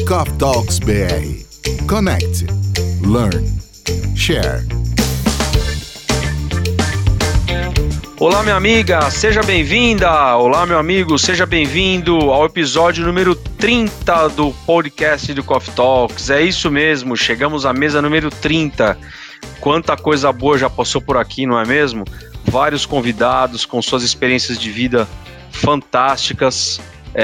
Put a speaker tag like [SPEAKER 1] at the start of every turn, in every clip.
[SPEAKER 1] Coffee Talks BR. Connect, learn, share.
[SPEAKER 2] Olá, minha amiga, seja bem-vinda! Olá, meu amigo, seja bem-vindo ao episódio número 30 do podcast do Coffee Talks. É isso mesmo, chegamos à mesa número 30. Quanta coisa boa já passou por aqui, não é mesmo? Vários convidados com suas experiências de vida fantásticas.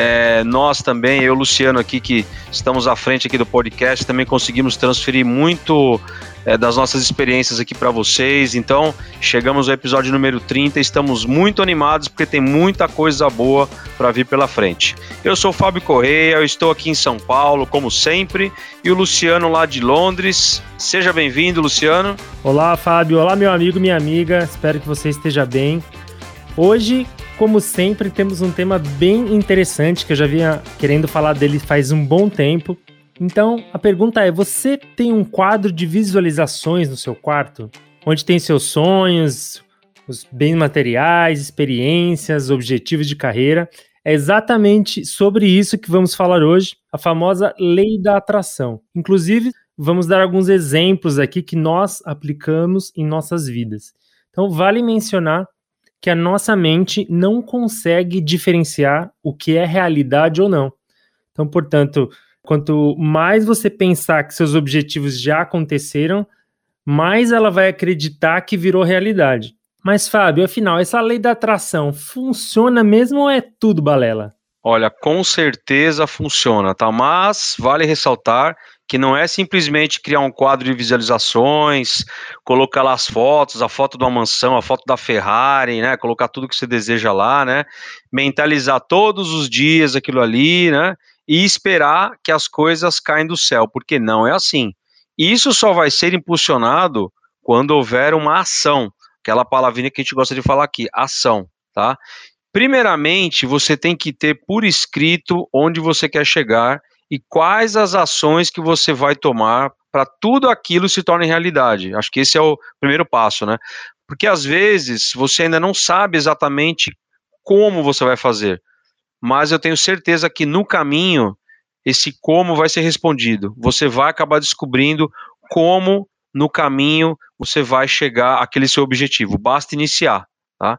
[SPEAKER 2] Nós também, eu e o Luciano aqui, que estamos à frente aqui do podcast, também conseguimos transferir muito das nossas experiências aqui para vocês. Então, chegamos ao episódio número 30, estamos muito animados porque tem muita coisa boa para vir pela frente. Eu sou o Fábio Correia, eu estou aqui em São Paulo, como sempre, e o Luciano lá de Londres. Seja bem-vindo, Luciano.
[SPEAKER 3] Olá, Fábio. Olá, meu amigo, minha amiga. Espero que você esteja bem. Hoje, como sempre, temos um tema bem interessante que eu já vinha querendo falar dele faz um bom tempo. Então, a pergunta é, você tem um quadro de visualizações no seu quarto? Onde tem seus sonhos, os bens materiais, experiências, objetivos de carreira? É exatamente sobre isso que vamos falar hoje, a famosa lei da atração. Inclusive, vamos dar alguns exemplos aqui que nós aplicamos em nossas vidas. Então, vale mencionar que a nossa mente não consegue diferenciar o que é realidade ou não. Então, portanto, quanto mais você pensar que seus objetivos já aconteceram, mais ela vai acreditar que virou realidade. Mas, Fábio, afinal, essa lei da atração funciona mesmo ou é tudo balela?
[SPEAKER 2] Olha, com certeza funciona, tá? Mas vale ressaltar que não é simplesmente criar um quadro de visualizações, colocar lá as fotos, a foto de uma mansão, a foto da Ferrari, né? Colocar tudo que você deseja lá, né? Mentalizar todos os dias aquilo ali, né? E esperar que as coisas caem do céu, porque não é assim. Isso só vai ser impulsionado quando houver uma ação, aquela palavrinha que a gente gosta de falar aqui, ação, tá? Primeiramente, você tem que ter por escrito onde você quer chegar e quais as ações que você vai tomar para tudo aquilo se torne realidade. Acho que esse é o primeiro passo, né? Porque às vezes você ainda não sabe exatamente como você vai fazer, mas eu tenho certeza que no caminho esse como vai ser respondido. Você vai acabar descobrindo como no caminho você vai chegar àquele seu objetivo. Basta iniciar, tá?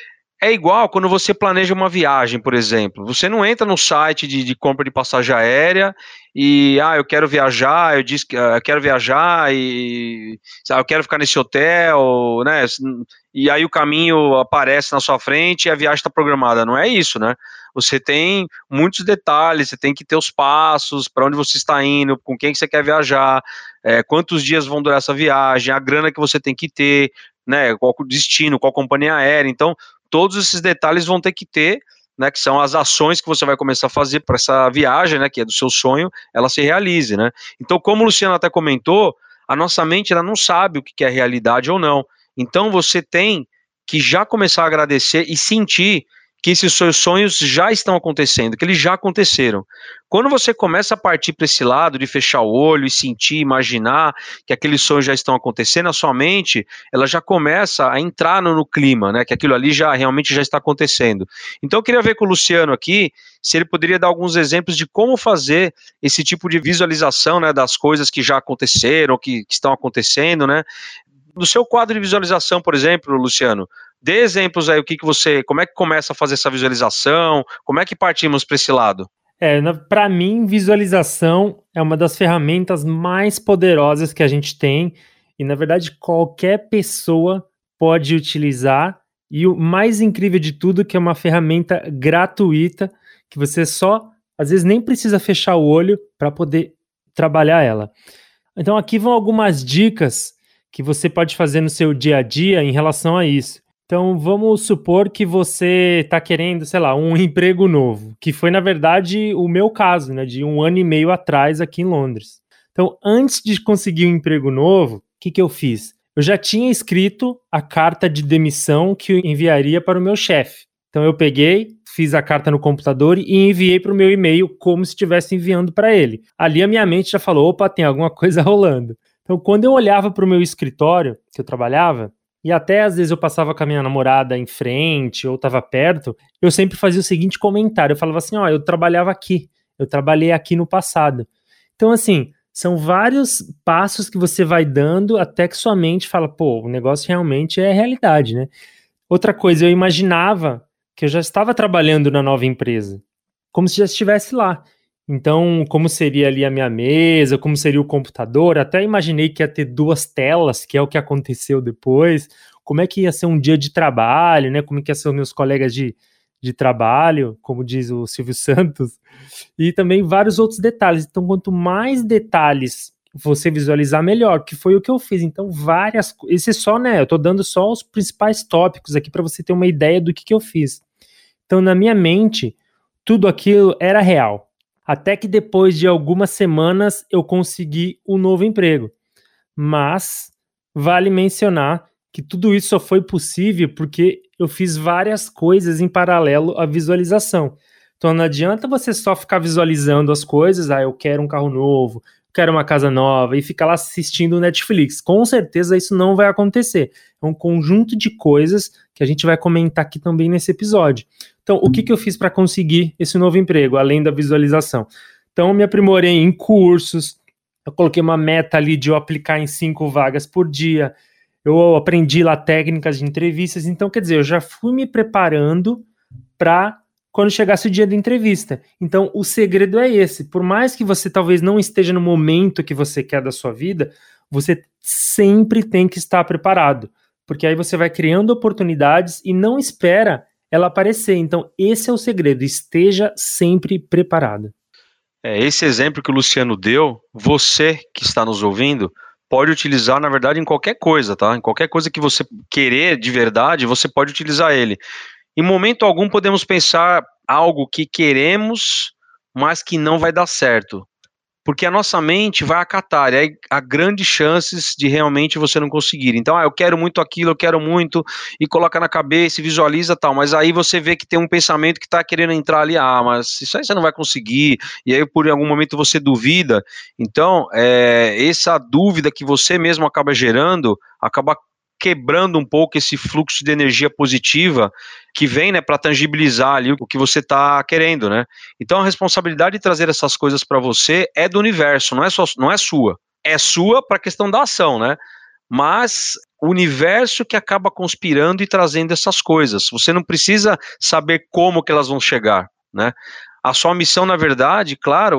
[SPEAKER 2] É igual quando você planeja uma viagem, por exemplo. Você não entra no site de compra de passagem aérea e, eu quero viajar, eu quero viajar e eu quero ficar nesse hotel, né? E aí o caminho aparece na sua frente e a viagem está programada. Não é isso, né? Você tem muitos detalhes, você tem que ter os passos, para onde você está indo, com quem que você quer viajar, quantos dias vão durar essa viagem, a grana que você tem que ter, né? Qual o destino, qual companhia aérea. Então, todos esses detalhes vão ter que ter, né, que são as ações que você vai começar a fazer para essa viagem, né, que é do seu sonho, ela se realize, né? Então, como o Luciano até comentou, a nossa mente ela não sabe o que é realidade ou não. Então, você tem que já começar a agradecer e sentir que esses seus sonhos já estão acontecendo, que eles já aconteceram. Quando você começa a partir para esse lado de fechar o olho e sentir, imaginar que aqueles sonhos já estão acontecendo, a sua mente ela já começa a entrar no clima, né? Que aquilo ali já realmente já está acontecendo. Então eu queria ver com o Luciano aqui se ele poderia dar alguns exemplos de como fazer esse tipo de visualização, né? Das coisas que já aconteceram, que estão acontecendo, né? No seu quadro de visualização, por exemplo, Luciano, dê exemplos aí, como é que começa a fazer essa visualização, como é que partimos para esse lado?
[SPEAKER 3] Para mim, visualização é uma das ferramentas mais poderosas que a gente tem e, na verdade, qualquer pessoa pode utilizar e o mais incrível de tudo que é uma ferramenta gratuita que você só, às vezes, nem precisa fechar o olho para poder trabalhar ela. Então, aqui vão algumas dicas que você pode fazer no seu dia a dia em relação a isso. Então, vamos supor que você está querendo, sei lá, um emprego novo, que foi, na verdade, o meu caso, né, de 1 ano e meio atrás aqui em Londres. Então, antes de conseguir um emprego novo, o que eu fiz? Eu já tinha escrito a carta de demissão que eu enviaria para o meu chefe. Então, eu peguei, fiz a carta no computador e enviei para o meu e-mail como se estivesse enviando para ele. Ali a minha mente já falou, opa, tem alguma coisa rolando. Então, quando eu olhava para o meu escritório, que eu trabalhava, e até às vezes eu passava com a minha namorada em frente ou estava perto, eu sempre fazia o seguinte comentário, eu falava assim, eu trabalhava aqui, eu trabalhei aqui no passado. Então, assim, são vários passos que você vai dando até que sua mente fala, pô, o negócio realmente é realidade, né? Outra coisa, eu imaginava que eu já estava trabalhando na nova empresa, como se já estivesse lá. Então, como seria ali a minha mesa, como seria o computador, até imaginei que ia ter 2 telas, que é o que aconteceu depois, como é que ia ser um dia de trabalho, né? Como é que ia ser os meus colegas de trabalho, como diz o Silvio Santos, e também vários outros detalhes. Então, quanto mais detalhes você visualizar, melhor, que foi o que eu fiz. Então, esse é só, né? Eu tô dando só os principais tópicos aqui para você ter uma ideia do que eu fiz. Então, na minha mente, tudo aquilo era real. Até que depois de algumas semanas eu consegui um novo emprego. Mas vale mencionar que tudo isso só foi possível porque eu fiz várias coisas em paralelo à visualização. Então não adianta você só ficar visualizando as coisas, eu quero um carro novo, quero uma casa nova, e ficar lá assistindo o Netflix. Com certeza isso não vai acontecer. É um conjunto de coisas que a gente vai comentar aqui também nesse episódio. Então, o que eu fiz para conseguir esse novo emprego, além da visualização? Então, eu me aprimorei em cursos, eu coloquei uma meta ali de eu aplicar em 5 vagas por dia, eu aprendi lá técnicas de entrevistas, então, quer dizer, eu já fui me preparando para quando chegasse o dia da entrevista. Então, o segredo é esse. Por mais que você talvez não esteja no momento que você quer da sua vida, você sempre tem que estar preparado, porque aí você vai criando oportunidades e não espera ela aparecer. Então, esse é o segredo. Esteja sempre preparado.
[SPEAKER 2] Esse exemplo que o Luciano deu, você que está nos ouvindo, pode utilizar, na verdade, em qualquer coisa, tá? Em qualquer coisa que você querer de verdade, você pode utilizar ele. Em momento algum podemos pensar algo que queremos, mas que não vai dar certo. Porque a nossa mente vai acatar, e aí há grandes chances de realmente você não conseguir. Então, eu quero muito aquilo, eu quero muito, e coloca na cabeça, e visualiza tal, mas aí você vê que tem um pensamento que está querendo entrar ali, mas isso aí você não vai conseguir, e aí por algum momento você duvida. Então, essa dúvida que você mesmo acaba gerando, acaba quebrando um pouco esse fluxo de energia positiva que vem, né, para tangibilizar ali o que você está querendo, né? Então a responsabilidade de trazer essas coisas para você é do universo, não é sua. É sua para a questão da ação, né? Mas o universo que acaba conspirando e trazendo essas coisas. Você não precisa saber como que elas vão chegar, né? A sua missão, na verdade, claro,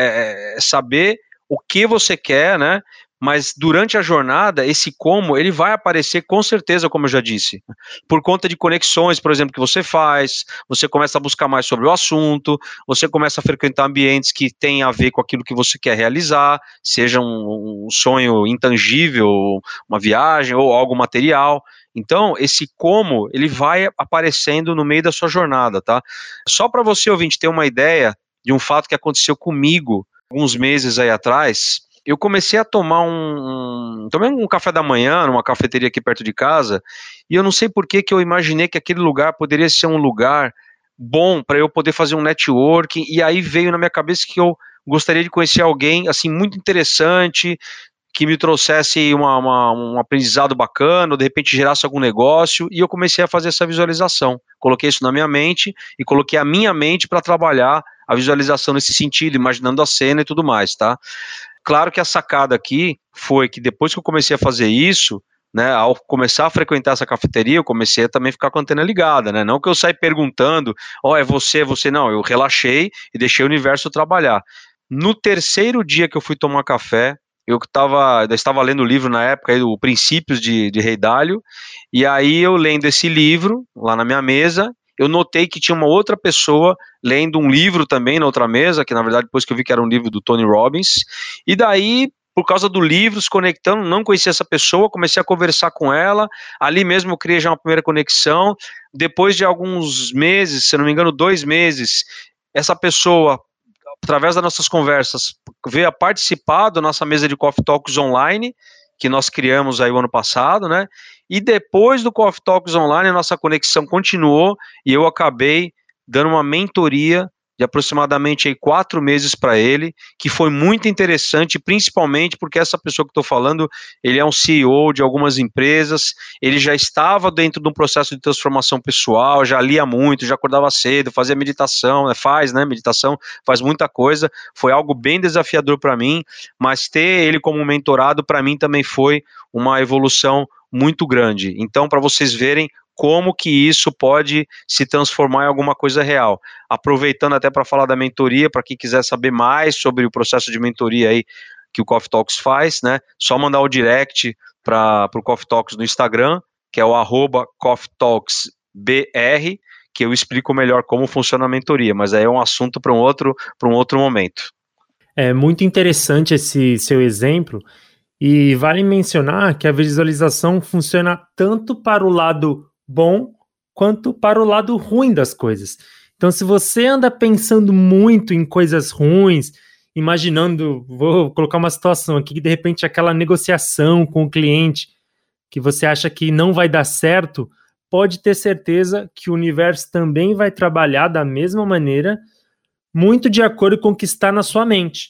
[SPEAKER 2] é saber o que você quer, né? Mas durante a jornada, esse como, ele vai aparecer com certeza, como eu já disse, por conta de conexões, por exemplo, que você faz, você começa a buscar mais sobre o assunto, você começa a frequentar ambientes que têm a ver com aquilo que você quer realizar, seja um sonho intangível, uma viagem ou algo material. Então, esse como, ele vai aparecendo no meio da sua jornada, tá? Só para você, ouvinte, ter uma ideia de um fato que aconteceu comigo alguns meses aí atrás, eu comecei a tomar tomei um café da manhã numa cafeteria aqui perto de casa, e eu não sei por que eu imaginei que aquele lugar poderia ser um lugar bom para eu poder fazer um networking, e aí veio na minha cabeça que eu gostaria de conhecer alguém, assim, muito interessante, que me trouxesse um aprendizado bacana, ou de repente gerasse algum negócio, e eu comecei a fazer essa visualização. Coloquei isso na minha mente, e coloquei a minha mente para trabalhar a visualização nesse sentido, imaginando a cena e tudo mais, tá? Claro que a sacada aqui foi que depois que eu comecei a fazer isso, né, ao começar a frequentar essa cafeteria, eu comecei a também ficar com a antena ligada, né, não que eu saí perguntando, é você, não, eu relaxei e deixei o universo trabalhar. No terceiro dia que eu fui tomar café, eu estava lendo o livro na época, o Princípios de Rei Dalio, e aí eu lendo esse livro, lá na minha mesa, eu notei que tinha uma outra pessoa lendo um livro também na outra mesa, que na verdade depois que eu vi que era um livro do Tony Robbins, e daí, por causa do livro, se conectando, não conhecia essa pessoa, comecei a conversar com ela, ali mesmo eu criei já uma primeira conexão, depois de alguns meses, se não me engano 2 meses, essa pessoa, através das nossas conversas, veio a participar da nossa mesa de Coffee Talks online, que nós criamos aí o ano passado, né? E depois do Coffee Talks online, a nossa conexão continuou e eu acabei dando uma mentoria de aproximadamente aí 4 meses para ele, que foi muito interessante, principalmente porque essa pessoa que estou falando, ele é um CEO de algumas empresas, ele já estava dentro de um processo de transformação pessoal, já lia muito, já acordava cedo, fazia meditação, meditação, faz muita coisa, foi algo bem desafiador para mim, mas ter ele como mentorado para mim também foi uma evolução muito grande. Então, para vocês verem como que isso pode se transformar em alguma coisa real. Aproveitando até para falar da mentoria, para quem quiser saber mais sobre o processo de mentoria aí que o Coffee Talks faz, né? Só mandar o direct para o Coffee Talks no Instagram, que é o @coffeetalksbr, que eu explico melhor como funciona a mentoria, mas aí é um assunto para um outro momento.
[SPEAKER 3] É muito interessante esse seu exemplo, e vale mencionar que a visualização funciona tanto para o lado bom quanto para o lado ruim das coisas. Então, se você anda pensando muito em coisas ruins, imaginando, vou colocar uma situação aqui, que de repente aquela negociação com o cliente que você acha que não vai dar certo, pode ter certeza que o universo também vai trabalhar da mesma maneira, muito de acordo com o que está na sua mente.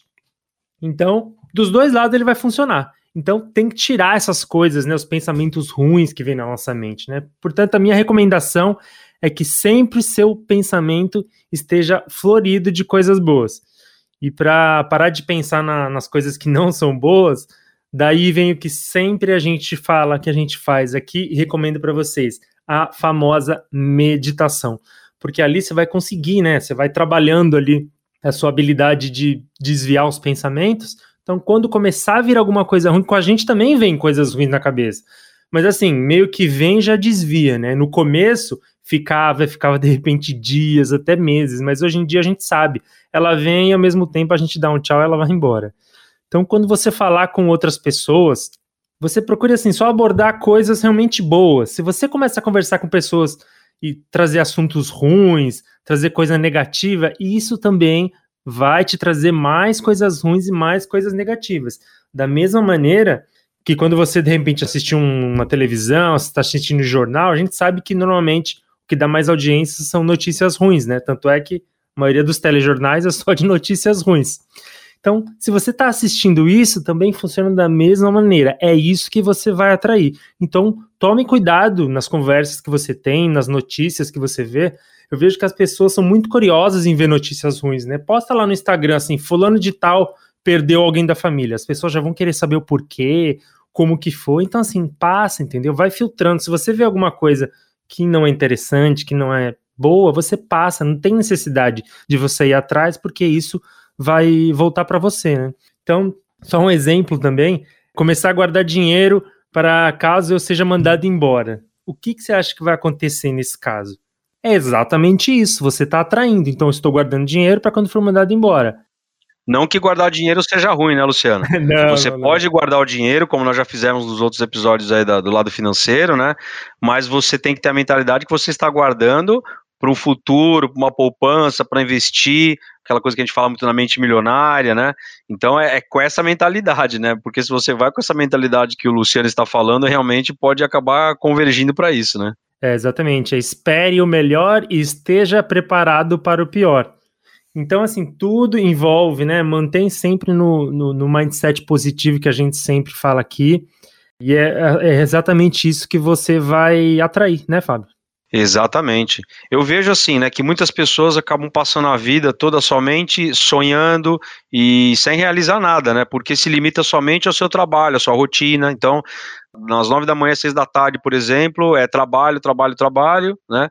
[SPEAKER 3] Então, dos dois lados ele vai funcionar. Então, tem que tirar essas coisas, né, os pensamentos ruins que vêm na nossa mente, né? Portanto, a minha recomendação é que sempre seu pensamento esteja florido de coisas boas. E para parar de pensar nas coisas que não são boas, daí vem o que sempre a gente fala, que a gente faz aqui e recomendo para vocês, a famosa meditação. Porque ali você vai conseguir, né? Você vai trabalhando ali a sua habilidade de desviar os pensamentos. Então, quando começar a vir alguma coisa ruim, com a gente também vem coisas ruins na cabeça. Mas assim, meio que vem já desvia, né? No começo ficava de repente dias, até meses, mas hoje em dia a gente sabe, ela vem e ao mesmo tempo a gente dá um tchau e ela vai embora. Então, quando você falar com outras pessoas, você procure assim, só abordar coisas realmente boas. Se você começa a conversar com pessoas e trazer assuntos ruins, trazer coisa negativa, isso também vai te trazer mais coisas ruins e mais coisas negativas. Da mesma maneira que quando você, de repente, assiste uma televisão, você está assistindo jornal, a gente sabe que normalmente o que dá mais audiência são notícias ruins, né? Tanto é que a maioria dos telejornais é só de notícias ruins. Então, se você está assistindo isso, também funciona da mesma maneira. É isso que você vai atrair. Então, tome cuidado nas conversas que você tem, nas notícias que você vê. Eu vejo que as pessoas são muito curiosas em ver notícias ruins, né? Posta lá no Instagram, assim, fulano de tal perdeu alguém da família. As pessoas já vão querer saber o porquê, como que foi. Então, assim, passa, entendeu? Vai filtrando. Se você vê alguma coisa que não é interessante, que não é boa, você passa. Não tem necessidade de você ir atrás, porque isso vai voltar para você, né? Então, só um exemplo também, começar a guardar dinheiro para caso eu seja mandado embora. O que você acha que vai acontecer nesse caso? É exatamente isso, você está atraindo. Então, eu estou guardando dinheiro para quando for mandado embora.
[SPEAKER 2] Não que guardar dinheiro seja ruim, né, Luciano? Você pode guardar o dinheiro, como nós já fizemos nos outros episódios aí do lado financeiro, né? Mas você tem que ter a mentalidade que você está guardando para um futuro, para uma poupança, para investir, aquela coisa que a gente fala muito na mente milionária, né? Então é com essa mentalidade, né? Porque se você vai com essa mentalidade que o Luciano está falando, realmente pode acabar convergindo para isso, né?
[SPEAKER 3] É, exatamente. Espere o melhor e esteja preparado para o pior. Então, assim, tudo envolve, né? Mantém sempre no mindset positivo que a gente sempre fala aqui. E é exatamente isso que você vai atrair, né, Fábio?
[SPEAKER 2] Exatamente. Eu vejo assim, né, que muitas pessoas acabam passando a vida toda somente sonhando e sem realizar nada, né? Porque se limita somente ao seu trabalho, à sua rotina. Então, nas 9 da manhã, 6 da tarde, por exemplo, é trabalho, trabalho, trabalho, né?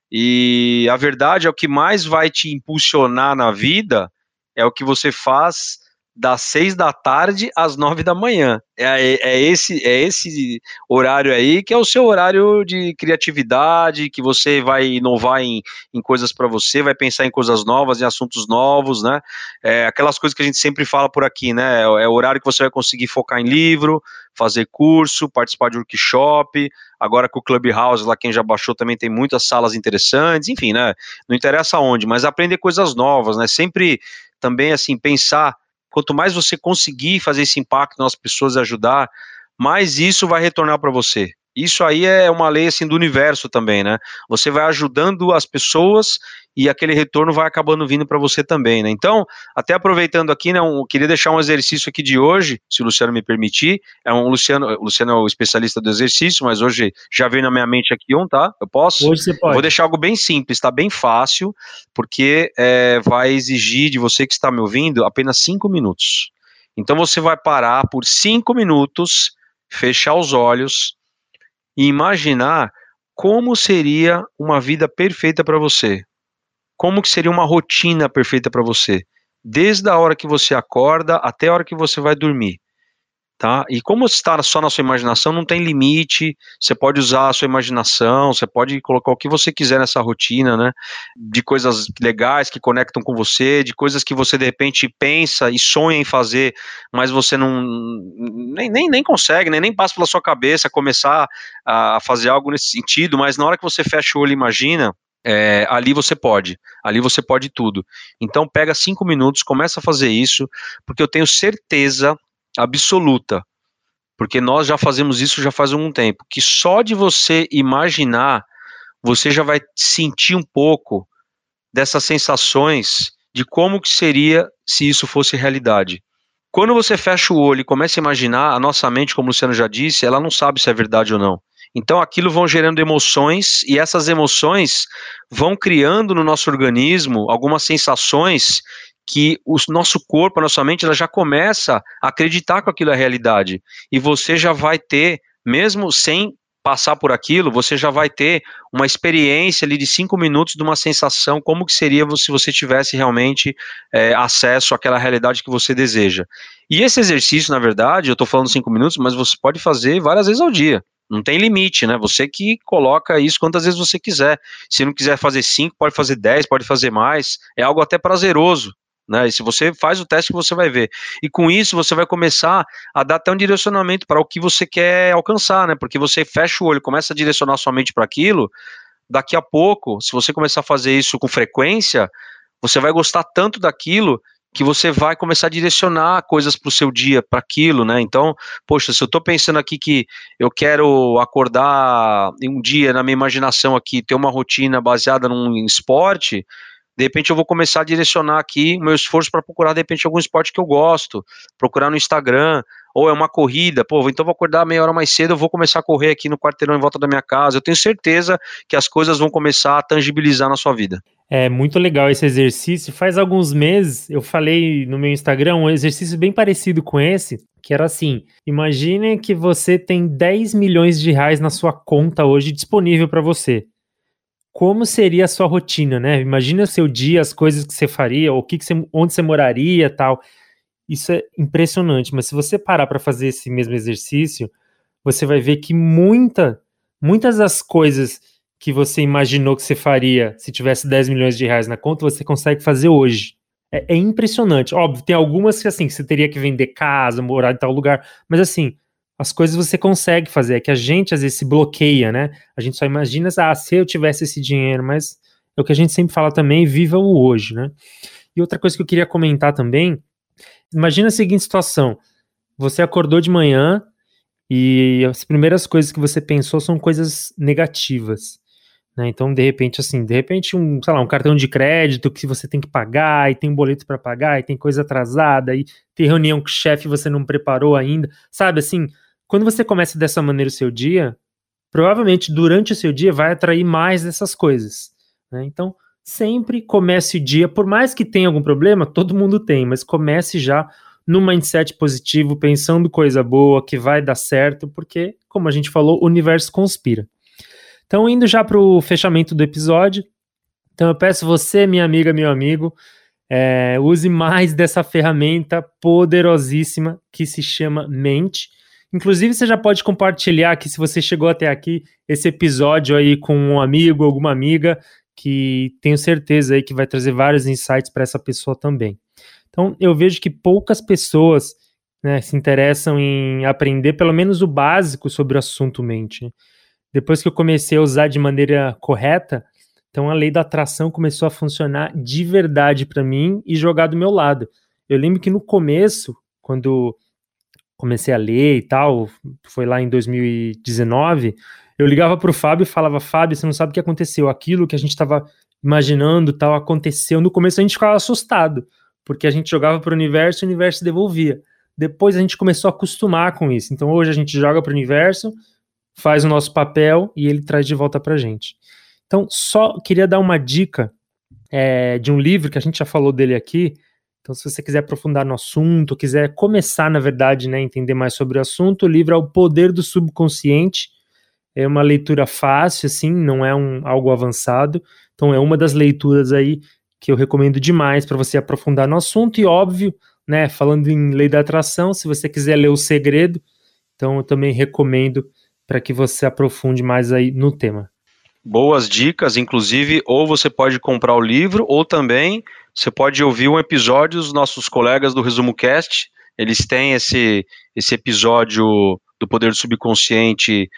[SPEAKER 2] E a verdade é o que mais vai te impulsionar na vida é o que você faz das 6 da tarde às 9 da manhã. É esse horário aí que é o seu horário de criatividade, que você vai inovar em coisas para você, vai pensar em coisas novas, em assuntos novos, né? Aquelas coisas que a gente sempre fala por aqui, né? É o horário que você vai conseguir focar em livro, fazer curso, participar de workshop. Agora com o Clubhouse, lá quem já baixou também tem muitas salas interessantes, enfim, né? Não interessa onde, mas aprender coisas novas, né? Sempre também, assim, pensar, quanto mais você conseguir fazer esse impacto nas pessoas e ajudar, mais isso vai retornar para você. Isso aí é uma lei assim do universo também, né? Você vai ajudando as pessoas e aquele retorno vai acabando vindo para você também, né? Então, até aproveitando aqui, né, eu queria deixar um exercício aqui de hoje, se o Luciano me permitir. O Luciano é o especialista do exercício, mas hoje já veio na minha mente aqui tá? Eu posso?
[SPEAKER 3] Hoje você
[SPEAKER 2] Eu vou
[SPEAKER 3] pode.
[SPEAKER 2] deixar algo bem simples, tá? Bem fácil, porque vai exigir de você que está me ouvindo apenas 5 minutos. Então você vai parar por 5 minutos, fechar os olhos e imaginar como seria uma vida perfeita para você. Como que seria uma rotina perfeita para você? Desde a hora que você acorda até a hora que você vai dormir. Tá? E como está só na sua imaginação, não tem limite, você pode usar a sua imaginação, você pode colocar o que você quiser nessa rotina, né? De coisas legais que conectam com você, de coisas que você de repente pensa e sonha em fazer, mas você nem consegue, né? Nem passa pela sua cabeça começar a fazer algo nesse sentido, mas na hora que você fecha o olho e imagina, ali você pode tudo. Então pega 5 minutos, começa a fazer isso, porque eu tenho certeza absoluta, porque nós já fazemos isso já faz algum tempo, que só de você imaginar, você já vai sentir um pouco dessas sensações de como que seria se isso fosse realidade. Quando você fecha o olho e começa a imaginar, a nossa mente, como o Luciano já disse, ela não sabe se é verdade ou não. Então aquilo vão gerando emoções e essas emoções vão criando no nosso organismo algumas sensações que o nosso corpo, a nossa mente, ela já começa a acreditar que aquilo é realidade. E você já vai ter, mesmo sem passar por aquilo, você já vai ter uma experiência ali de 5 minutos de uma sensação, como que seria se você tivesse realmente acesso àquela realidade que você deseja. E esse exercício, na verdade, eu estou falando 5 minutos, mas você pode fazer várias vezes ao dia. Não tem limite, né? Você que coloca isso quantas vezes você quiser. Se não quiser fazer 5, pode fazer 10, pode fazer mais. É algo até prazeroso, né? E se você faz o teste, você vai ver. E com isso, você vai começar a dar até um direcionamento para o que você quer alcançar, né? Porque você fecha o olho, começa a direcionar sua mente para aquilo. Daqui a pouco, se você começar a fazer isso com frequência, você vai gostar tanto daquilo que você vai começar a direcionar coisas para o seu dia, para aquilo, né? Então, poxa, se eu estou pensando aqui que eu quero acordar um dia na minha imaginação aqui, ter uma rotina baseada num esporte, de repente eu vou começar a direcionar aqui o meu esforço para procurar, de repente, algum esporte que eu gosto, procurar no Instagram, ou é uma corrida, pô, então vou acordar meia hora mais cedo, eu vou começar a correr aqui no quarteirão em volta da minha casa, eu tenho certeza que as coisas vão começar a tangibilizar na sua vida.
[SPEAKER 3] É muito legal esse exercício. Faz alguns meses eu falei no meu Instagram um exercício bem parecido com esse, que era assim: imagine que você tem 10 milhões de reais na sua conta hoje disponível para você. Como seria a sua rotina, né? Imagina o seu dia, as coisas que você faria, ou onde você moraria, tal. Isso é impressionante, mas se você parar para fazer esse mesmo exercício, você vai ver que muitas das coisas que você imaginou que você faria se tivesse 10 milhões de reais na conta, você consegue fazer hoje. É impressionante. Óbvio, tem algumas que assim, que você teria que vender casa, morar em tal lugar, mas assim, as coisas você consegue fazer. É que a gente às vezes se bloqueia, né? A gente só imagina, se eu tivesse esse dinheiro, mas é o que a gente sempre fala também, viva o hoje, né? E outra coisa que eu queria comentar também, imagina a seguinte situação: você acordou de manhã e as primeiras coisas que você pensou são coisas negativas, né? Então, de repente, sei lá, um cartão de crédito que você tem que pagar, e tem um boleto para pagar, e tem coisa atrasada, e tem reunião com o chefe e você não preparou ainda, sabe? Assim, quando você começa dessa maneira o seu dia, provavelmente durante o seu dia vai atrair mais dessas coisas, né? Então, sempre comece o dia, por mais que tenha algum problema, todo mundo tem, mas comece já no mindset positivo, pensando coisa boa, que vai dar certo, porque, como a gente falou, o universo conspira. Então, indo já para o fechamento do episódio, então eu peço você, minha amiga, meu amigo, use mais dessa ferramenta poderosíssima que se chama mente. Inclusive, você já pode compartilhar aqui, se você chegou até aqui, esse episódio aí com um amigo, alguma amiga, que tenho certeza aí que vai trazer vários insights para essa pessoa também. Então, eu vejo que poucas pessoas, né, se interessam em aprender pelo menos o básico sobre o assunto mente. Depois que eu comecei a usar de maneira correta, então a lei da atração começou a funcionar de verdade para mim e jogar do meu lado. Eu lembro que no começo, quando comecei a ler e tal, foi lá em 2019, eu ligava pro Fábio e falava, Fábio, você não sabe o que aconteceu, aquilo que a gente estava imaginando, tal, aconteceu. No começo a gente ficava assustado, porque a gente jogava pro universo e o universo devolvia. Depois a gente começou a acostumar com isso, então hoje a gente joga pro universo, faz o nosso papel e ele traz de volta pra gente. Então, só queria dar uma dica de um livro que a gente já falou dele aqui. Então, se você quiser aprofundar no assunto, quiser começar, na verdade, né, a entender mais sobre o assunto, o livro é O Poder do Subconsciente. É uma leitura fácil, assim, não é algo avançado. Então, é uma das leituras aí que eu recomendo demais para você aprofundar no assunto. E, óbvio, né, falando em lei da atração, se você quiser ler O Segredo, então eu também recomendo para que você aprofunde mais aí no tema.
[SPEAKER 2] Boas dicas, inclusive, ou você pode comprar o livro, ou também você pode ouvir um episódio dos nossos colegas do Resumo Cast. Eles têm esse episódio do Poder do Subconsciente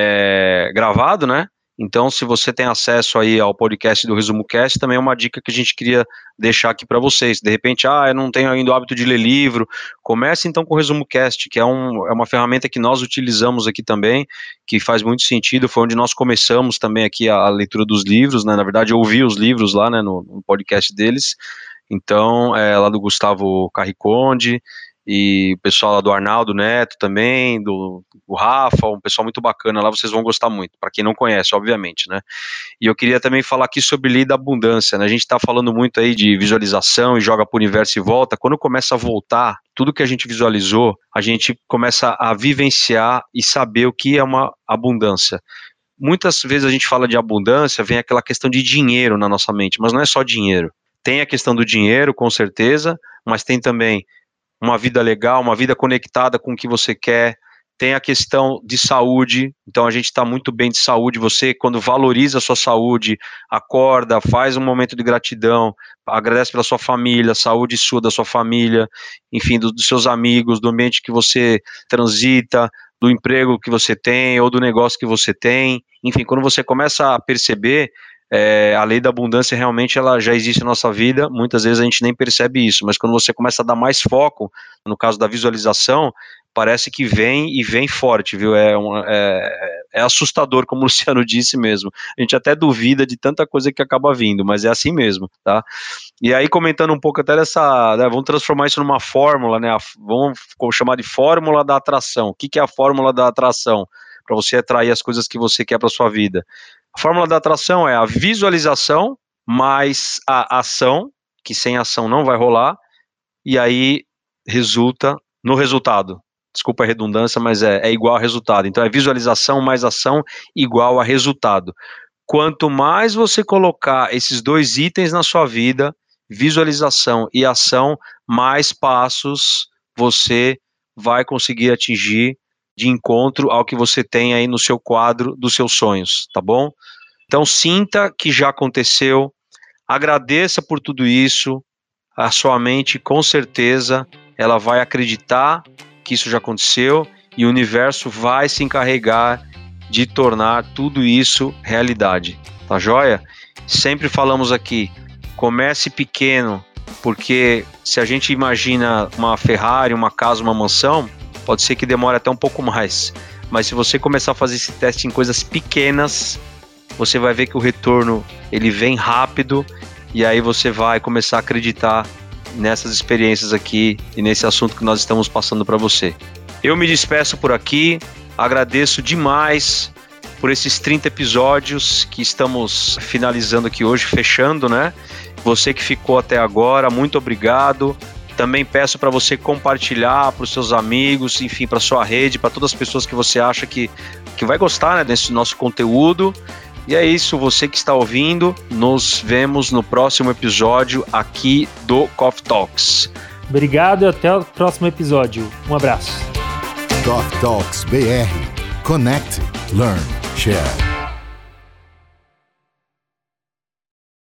[SPEAKER 2] gravado, né? Então, se você tem acesso aí ao podcast do Resumo Cast, também é uma dica que a gente queria deixar aqui para vocês. De repente, eu não tenho ainda o hábito de ler livro, comece então com o Resumo Cast, que é uma ferramenta que nós utilizamos aqui também, que faz muito sentido, foi onde nós começamos também aqui a leitura dos livros, né? Na verdade, eu ouvi os livros lá, né, no podcast deles, então, lá do Gustavo Carriconde, e o pessoal lá do Arnaldo Neto também, do Rafa, um pessoal muito bacana lá, vocês vão gostar muito, para quem não conhece, obviamente, né? E eu queria também falar aqui sobre lei da abundância, né? A gente está falando muito aí de visualização e joga para o universo e volta. Quando começa a voltar, tudo que a gente visualizou, a gente começa a vivenciar e saber o que é uma abundância. Muitas vezes a gente fala de abundância, vem aquela questão de dinheiro na nossa mente, mas não é só dinheiro. Tem a questão do dinheiro, com certeza, mas tem também uma vida legal, uma vida conectada com o que você quer, tem a questão de saúde, então a gente está muito bem de saúde, você quando valoriza a sua saúde, acorda, faz um momento de gratidão, agradece pela sua família, saúde sua, da sua família, enfim, dos seus amigos, do ambiente que você transita, do emprego que você tem, ou do negócio que você tem, enfim, quando você começa a perceber, a lei da abundância realmente ela já existe na nossa vida, muitas vezes a gente nem percebe isso, mas quando você começa a dar mais foco, no caso da visualização, parece que vem e vem forte, viu? É assustador, como o Luciano disse mesmo, a gente até duvida de tanta coisa que acaba vindo, mas é assim mesmo, tá? E aí comentando um pouco até dessa, né, vamos transformar isso numa fórmula, né? Vamos chamar de fórmula da atração. O que é a fórmula da atração? Para você atrair as coisas que você quer para sua vida. A fórmula da atração é a visualização mais a ação, que sem ação não vai rolar, e aí resulta no resultado. Desculpa a redundância, mas é igual a resultado. Então é visualização mais ação igual a resultado. Quanto mais você colocar esses dois itens na sua vida, visualização e ação, mais passos você vai conseguir atingir de encontro ao que você tem aí no seu quadro dos seus sonhos, tá bom? Então sinta que já aconteceu, agradeça por tudo isso, a sua mente com certeza ela vai acreditar que isso já aconteceu e o universo vai se encarregar de tornar tudo isso realidade, tá joia? Sempre falamos aqui, comece pequeno, porque se a gente imagina uma Ferrari, uma casa, uma mansão, pode ser que demore até um pouco mais, mas se você começar a fazer esse teste em coisas pequenas, você vai ver que o retorno ele vem rápido e aí você vai começar a acreditar nessas experiências aqui e nesse assunto que nós estamos passando para você. Eu me despeço por aqui, agradeço demais por esses 30 episódios que estamos finalizando aqui hoje, fechando, né? Você que ficou até agora, muito obrigado. Também peço para você compartilhar para os seus amigos, enfim, para sua rede, para todas as pessoas que você acha que vai gostar, né, desse nosso conteúdo. E é isso, você que está ouvindo, nos vemos no próximo episódio aqui do Coffee Talks.
[SPEAKER 3] Obrigado e até o próximo episódio. Um abraço.
[SPEAKER 1] Coffee Talks BR. Connect, Learn, Share.